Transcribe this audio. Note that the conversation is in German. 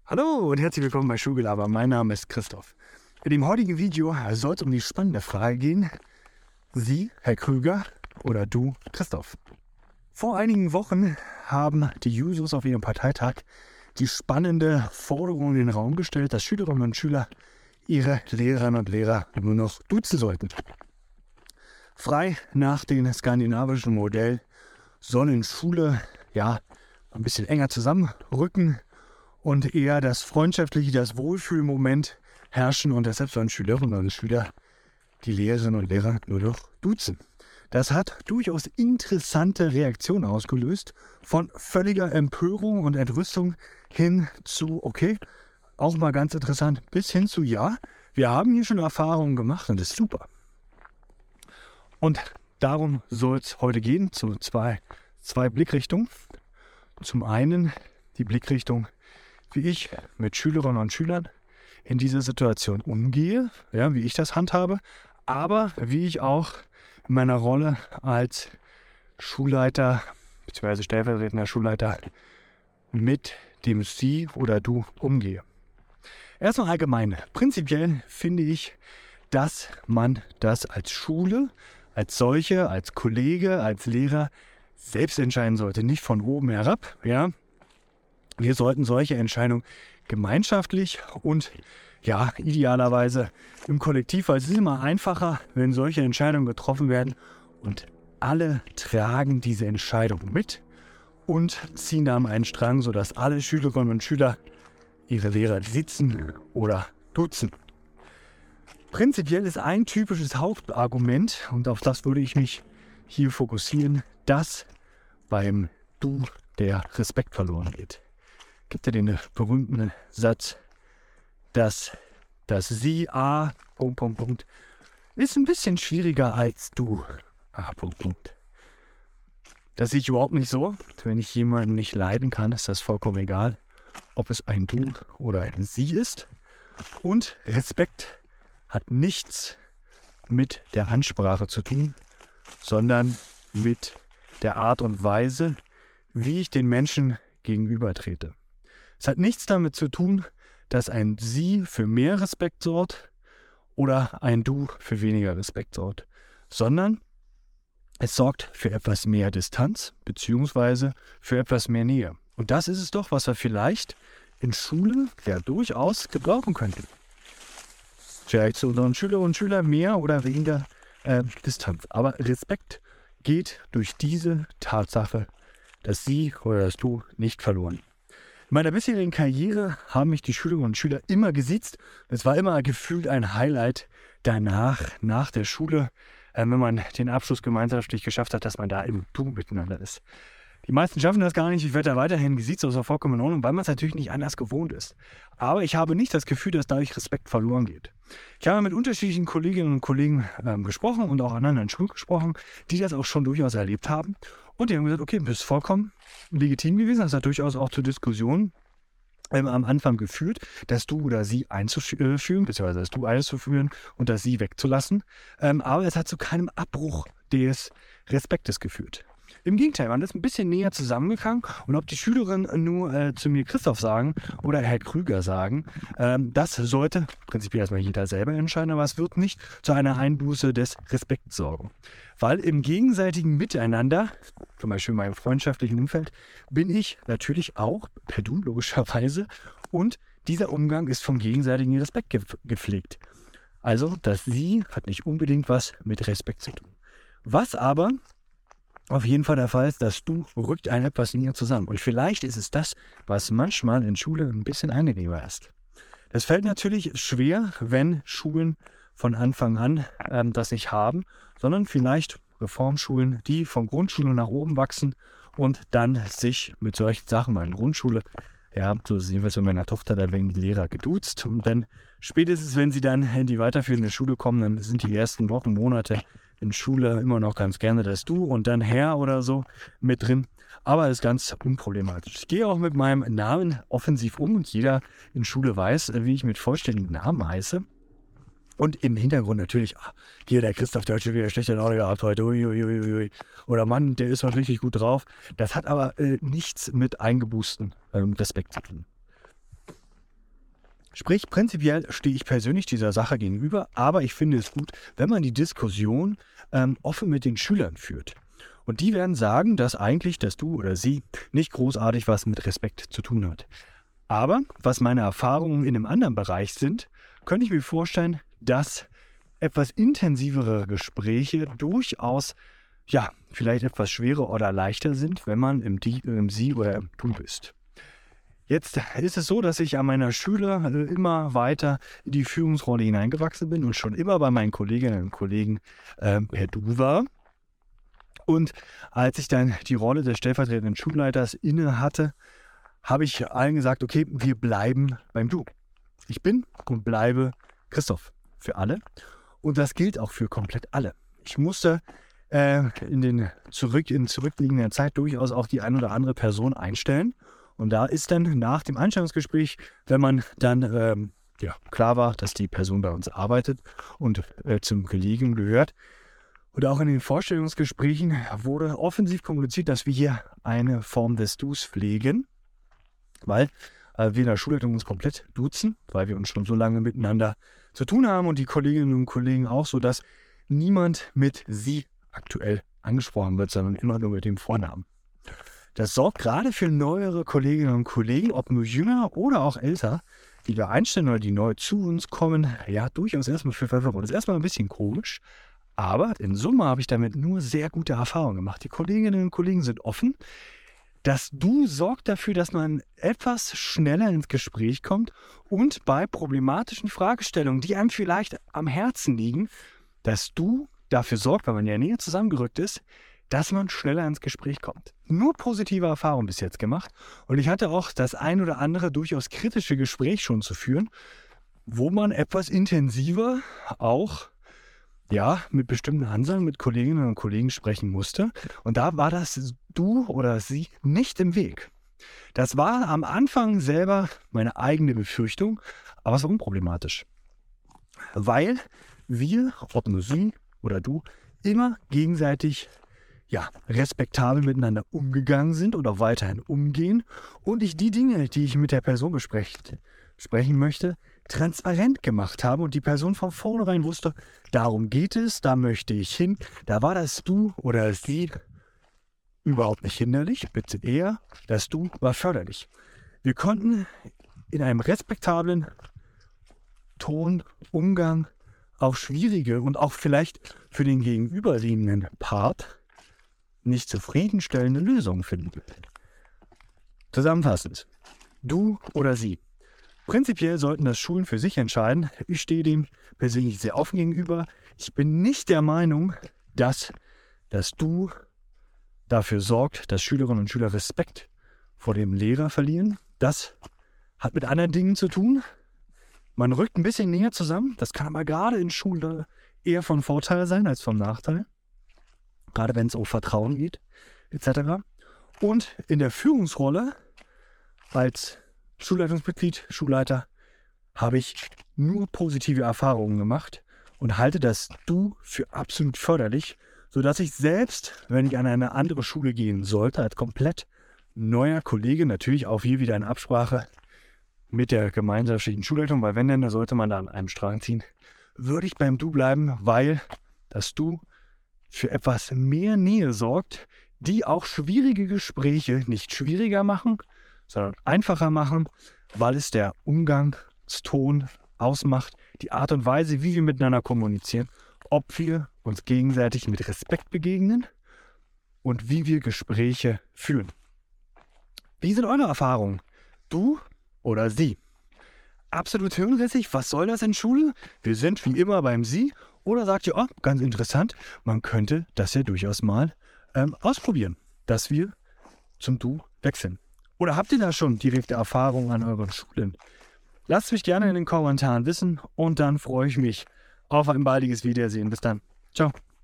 Hallo und herzlich willkommen bei Schulgelaber. Mein Name ist Christoph. In dem heutigen Video soll es um die spannende Frage gehen: Sie, Herr Krüger, oder du, Christoph? Vor einigen Wochen haben die Jusos auf ihrem Parteitag die spannende Forderung in den Raum gestellt, dass Schülerinnen und Schüler ihre Lehrerinnen und Lehrer nur noch duzen sollten. Frei nach dem skandinavischen Modell sollen Schule ein bisschen enger zusammenrücken und eher das freundschaftliche, das Wohlfühlmoment herrschen und deshalb sollen Schülerinnen und Schüler die Lehrerinnen und Lehrer nur noch duzen. Das hat durchaus interessante Reaktionen ausgelöst, von völliger Empörung und Entrüstung hin zu, okay, auch mal ganz interessant, bis hin zu, ja, wir haben hier schon Erfahrungen gemacht und das ist super. Und darum soll es heute gehen, zu zwei Blickrichtungen. Zum einen die Blickrichtung, wie ich mit Schülerinnen und Schülern in dieser Situation umgehe, wie ich das handhabe, aber wie ich auch in meiner Rolle als Schulleiter bzw. stellvertretender Schulleiter mit dem Sie oder Du umgehe. Erstmal allgemein. Prinzipiell finde ich, dass man das als Schule, als solche, als Kollege, als Lehrer selbst entscheiden sollte, nicht von oben herab. Wir sollten solche Entscheidungen gemeinschaftlich und idealerweise im Kollektiv, weil es ist immer einfacher, wenn solche Entscheidungen getroffen werden und alle tragen diese Entscheidung mit und ziehen da am einen Strang, sodass alle Schülerinnen und Schüler ihre Lehrer sitzen oder duzen. Prinzipiell ist ein typisches Hauptargument, und auf das würde ich mich hier fokussieren, dass beim Du der Respekt verloren geht. Gibt ja den berühmten Satz, dass das Sie ist ein bisschen schwieriger als Du Das sehe ich überhaupt nicht so. Wenn ich jemanden nicht leiden kann, ist das vollkommen egal, ob es ein Du oder ein Sie ist. Und Respekt hat nichts mit der Ansprache zu tun, sondern mit der Art und Weise, wie ich den Menschen gegenüber trete. Es hat nichts damit zu tun, dass ein Sie für mehr Respekt sorgt oder ein Du für weniger Respekt sorgt, sondern es sorgt für etwas mehr Distanz bzw. für etwas mehr Nähe. Und das ist es doch, was wir vielleicht in Schule durchaus gebrauchen könnten. Vielleicht zu unseren Schülerinnen und Schülern mehr oder weniger Distanz. Aber Respekt geht durch diese Tatsache, dass Sie oder das Du nicht verloren. In meiner bisherigen Karriere haben mich die Schülerinnen und Schüler immer gesiezt. Es war immer gefühlt ein Highlight danach, nach der Schule, wenn man den Abschluss gemeinschaftlich geschafft hat, dass man da im Du miteinander ist. Die meisten schaffen das gar nicht. Ich werde da weiterhin gesiezt, das ist auch vollkommen in Ordnung, weil man es natürlich nicht anders gewohnt ist. Aber ich habe nicht das Gefühl, dass dadurch Respekt verloren geht. Ich habe mit unterschiedlichen Kolleginnen und Kollegen gesprochen und auch an anderen Schulen gesprochen, die das auch schon durchaus erlebt haben. Und die haben gesagt, okay, das ist vollkommen legitim gewesen. Das hat durchaus auch zur Diskussion am Anfang geführt, das Du oder Sie einzuführen, beziehungsweise das Du einzuführen und das Sie wegzulassen. Aber es hat zu keinem Abbruch des Respektes geführt. Im Gegenteil, man ist ein bisschen näher zusammengegangen und ob die Schülerinnen nur zu mir Christoph sagen oder Herr Krüger sagen, das sollte prinzipiell erstmal jeder selber entscheiden, aber es wird nicht zu einer Einbuße des Respekts sorgen. Weil im gegenseitigen Miteinander, zum Beispiel in meinem freundschaftlichen Umfeld, bin ich natürlich auch per Du logischerweise und dieser Umgang ist vom gegenseitigen Respekt gepflegt. Also das Sie hat nicht unbedingt was mit Respekt zu tun. Was aber auf jeden Fall der Fall ist, das Du rückt einen etwas näher zusammen. Und vielleicht ist es das, was manchmal in Schule ein bisschen angenehmer ist. Das fällt natürlich schwer, wenn Schulen von Anfang an das nicht haben, sondern vielleicht Reformschulen, die von Grundschule nach oben wachsen und dann sich mit solchen Sachen, mal in der Grundschule, so sehen wir es mit meiner Tochter, da werden die Lehrer geduzt. Und dann spätestens, wenn sie dann in die weiterführende Schule kommen, dann sind die ersten Wochen, Monate in Schule immer noch ganz gerne das Du und dann Herr oder so mit drin. Aber es ist ganz unproblematisch. Ich gehe auch mit meinem Namen offensiv um und jeder in Schule weiß, wie ich mit vollständigen Namen heiße. Und im Hintergrund natürlich, hier der Christoph, der hat schon wieder schlechte Laune gehabt heute, uiuiui. Oder Mann, der ist heute richtig gut drauf. Das hat aber nichts mit eingebußten Respekt zu tun. Sprich, prinzipiell stehe ich persönlich dieser Sache gegenüber, aber ich finde es gut, wenn man die Diskussion offen mit den Schülern führt. Und die werden sagen, dass du oder sie nicht großartig was mit Respekt zu tun hat. Aber was meine Erfahrungen in einem anderen Bereich sind, könnte ich mir vorstellen, dass etwas intensivere Gespräche durchaus, vielleicht etwas schwerer oder leichter sind, wenn man im Sie oder im Du bist. Jetzt ist es so, dass ich an meiner Schule immer weiter in die Führungsrolle hineingewachsen bin und schon immer bei meinen Kolleginnen und Kollegen per Du war. Und als ich dann die Rolle des stellvertretenden Schulleiters inne hatte, habe ich allen gesagt, okay, wir bleiben beim Du. Ich bin und bleibe Christoph für alle. Und das gilt auch für komplett alle. Ich musste in zurückliegender Zeit durchaus auch die ein oder andere Person einstellen. Und da ist dann nach dem Einstellungsgespräch, wenn man dann klar war, dass die Person bei uns arbeitet und zum Kollegen gehört. Und auch in den Vorstellungsgesprächen wurde offensiv kommuniziert, dass wir hier eine Form des Dus pflegen, weil wir in der Schulleitung uns komplett duzen, weil wir uns schon so lange miteinander zu tun haben und die Kolleginnen und Kollegen auch, sodass niemand mit Sie aktuell angesprochen wird, sondern immer nur mit dem Vornamen. Das sorgt gerade für neuere Kolleginnen und Kollegen, ob nur jünger oder auch älter, die wir einstellen oder die neu zu uns kommen, durchaus erstmal für Verwirrung. Das ist erstmal ein bisschen komisch, aber in Summe habe ich damit nur sehr gute Erfahrungen gemacht. Die Kolleginnen und Kollegen sind offen. Das Du sorgt dafür, dass man etwas schneller ins Gespräch kommt und bei problematischen Fragestellungen, die einem vielleicht am Herzen liegen, das Du dafür sorgt, weil man ja näher zusammengerückt ist, dass man schneller ins Gespräch kommt. Nur positive Erfahrungen bis jetzt gemacht und ich hatte auch das ein oder andere durchaus kritische Gespräch schon zu führen, wo man etwas intensiver auch mit bestimmten Ansagen mit Kolleginnen und Kollegen sprechen musste. Und da war das Du oder Sie nicht im Weg. Das war am Anfang selber meine eigene Befürchtung, aber es war unproblematisch. Weil wir, ob nur Sie oder du, immer gegenseitig respektabel miteinander umgegangen sind und auch weiterhin umgehen und ich die Dinge, die ich mit der Person besprechen möchte, transparent gemacht habe und die Person von vornherein wusste, darum geht es, da möchte ich hin. Da war das Du oder Sie überhaupt nicht hinderlich, bitte eher, das Du war förderlich. Wir konnten in einem respektablen Ton, Umgang auf schwierige und auch vielleicht für den gegenüberliegenden Part nicht zufriedenstellende Lösungen finden. Zusammenfassend, Du oder Sie. Prinzipiell sollten das Schulen für sich entscheiden. Ich stehe dem persönlich sehr offen gegenüber. Ich bin nicht der Meinung, dass das Du dafür sorgt, dass Schülerinnen und Schüler Respekt vor dem Lehrer verlieren. Das hat mit anderen Dingen zu tun. Man rückt ein bisschen näher zusammen. Das kann aber gerade in Schulen eher von Vorteil sein als vom Nachteil. Gerade wenn es um Vertrauen geht, etc. Und in der Führungsrolle als Schulleitungsmitglied, Schulleiter, habe ich nur positive Erfahrungen gemacht und halte das Du für absolut förderlich, sodass ich selbst, wenn ich an eine andere Schule gehen sollte, als komplett neuer Kollege, natürlich auch hier wieder in Absprache mit der gemeinschaftlichen Schulleitung, weil wenn denn, da sollte man da an einem Strang ziehen, würde ich beim Du bleiben, weil das Du für etwas mehr Nähe sorgt, die auch schwierige Gespräche nicht schwieriger machen, sondern einfacher machen, weil es der Umgangston ausmacht, die Art und Weise, wie wir miteinander kommunizieren, ob wir uns gegenseitig mit Respekt begegnen und wie wir Gespräche führen. Wie sind eure Erfahrungen? Du oder Sie? Absolut hirnrissig, was soll das in Schule? Wir sind wie immer beim Sie. Oder sagt ihr, ganz interessant, man könnte das ja durchaus mal ausprobieren, dass wir zum Du wechseln. Oder habt ihr da schon direkte Erfahrungen an euren Schulen? Lasst mich gerne in den Kommentaren wissen und dann freue ich mich auf ein baldiges Wiedersehen. Bis dann. Ciao.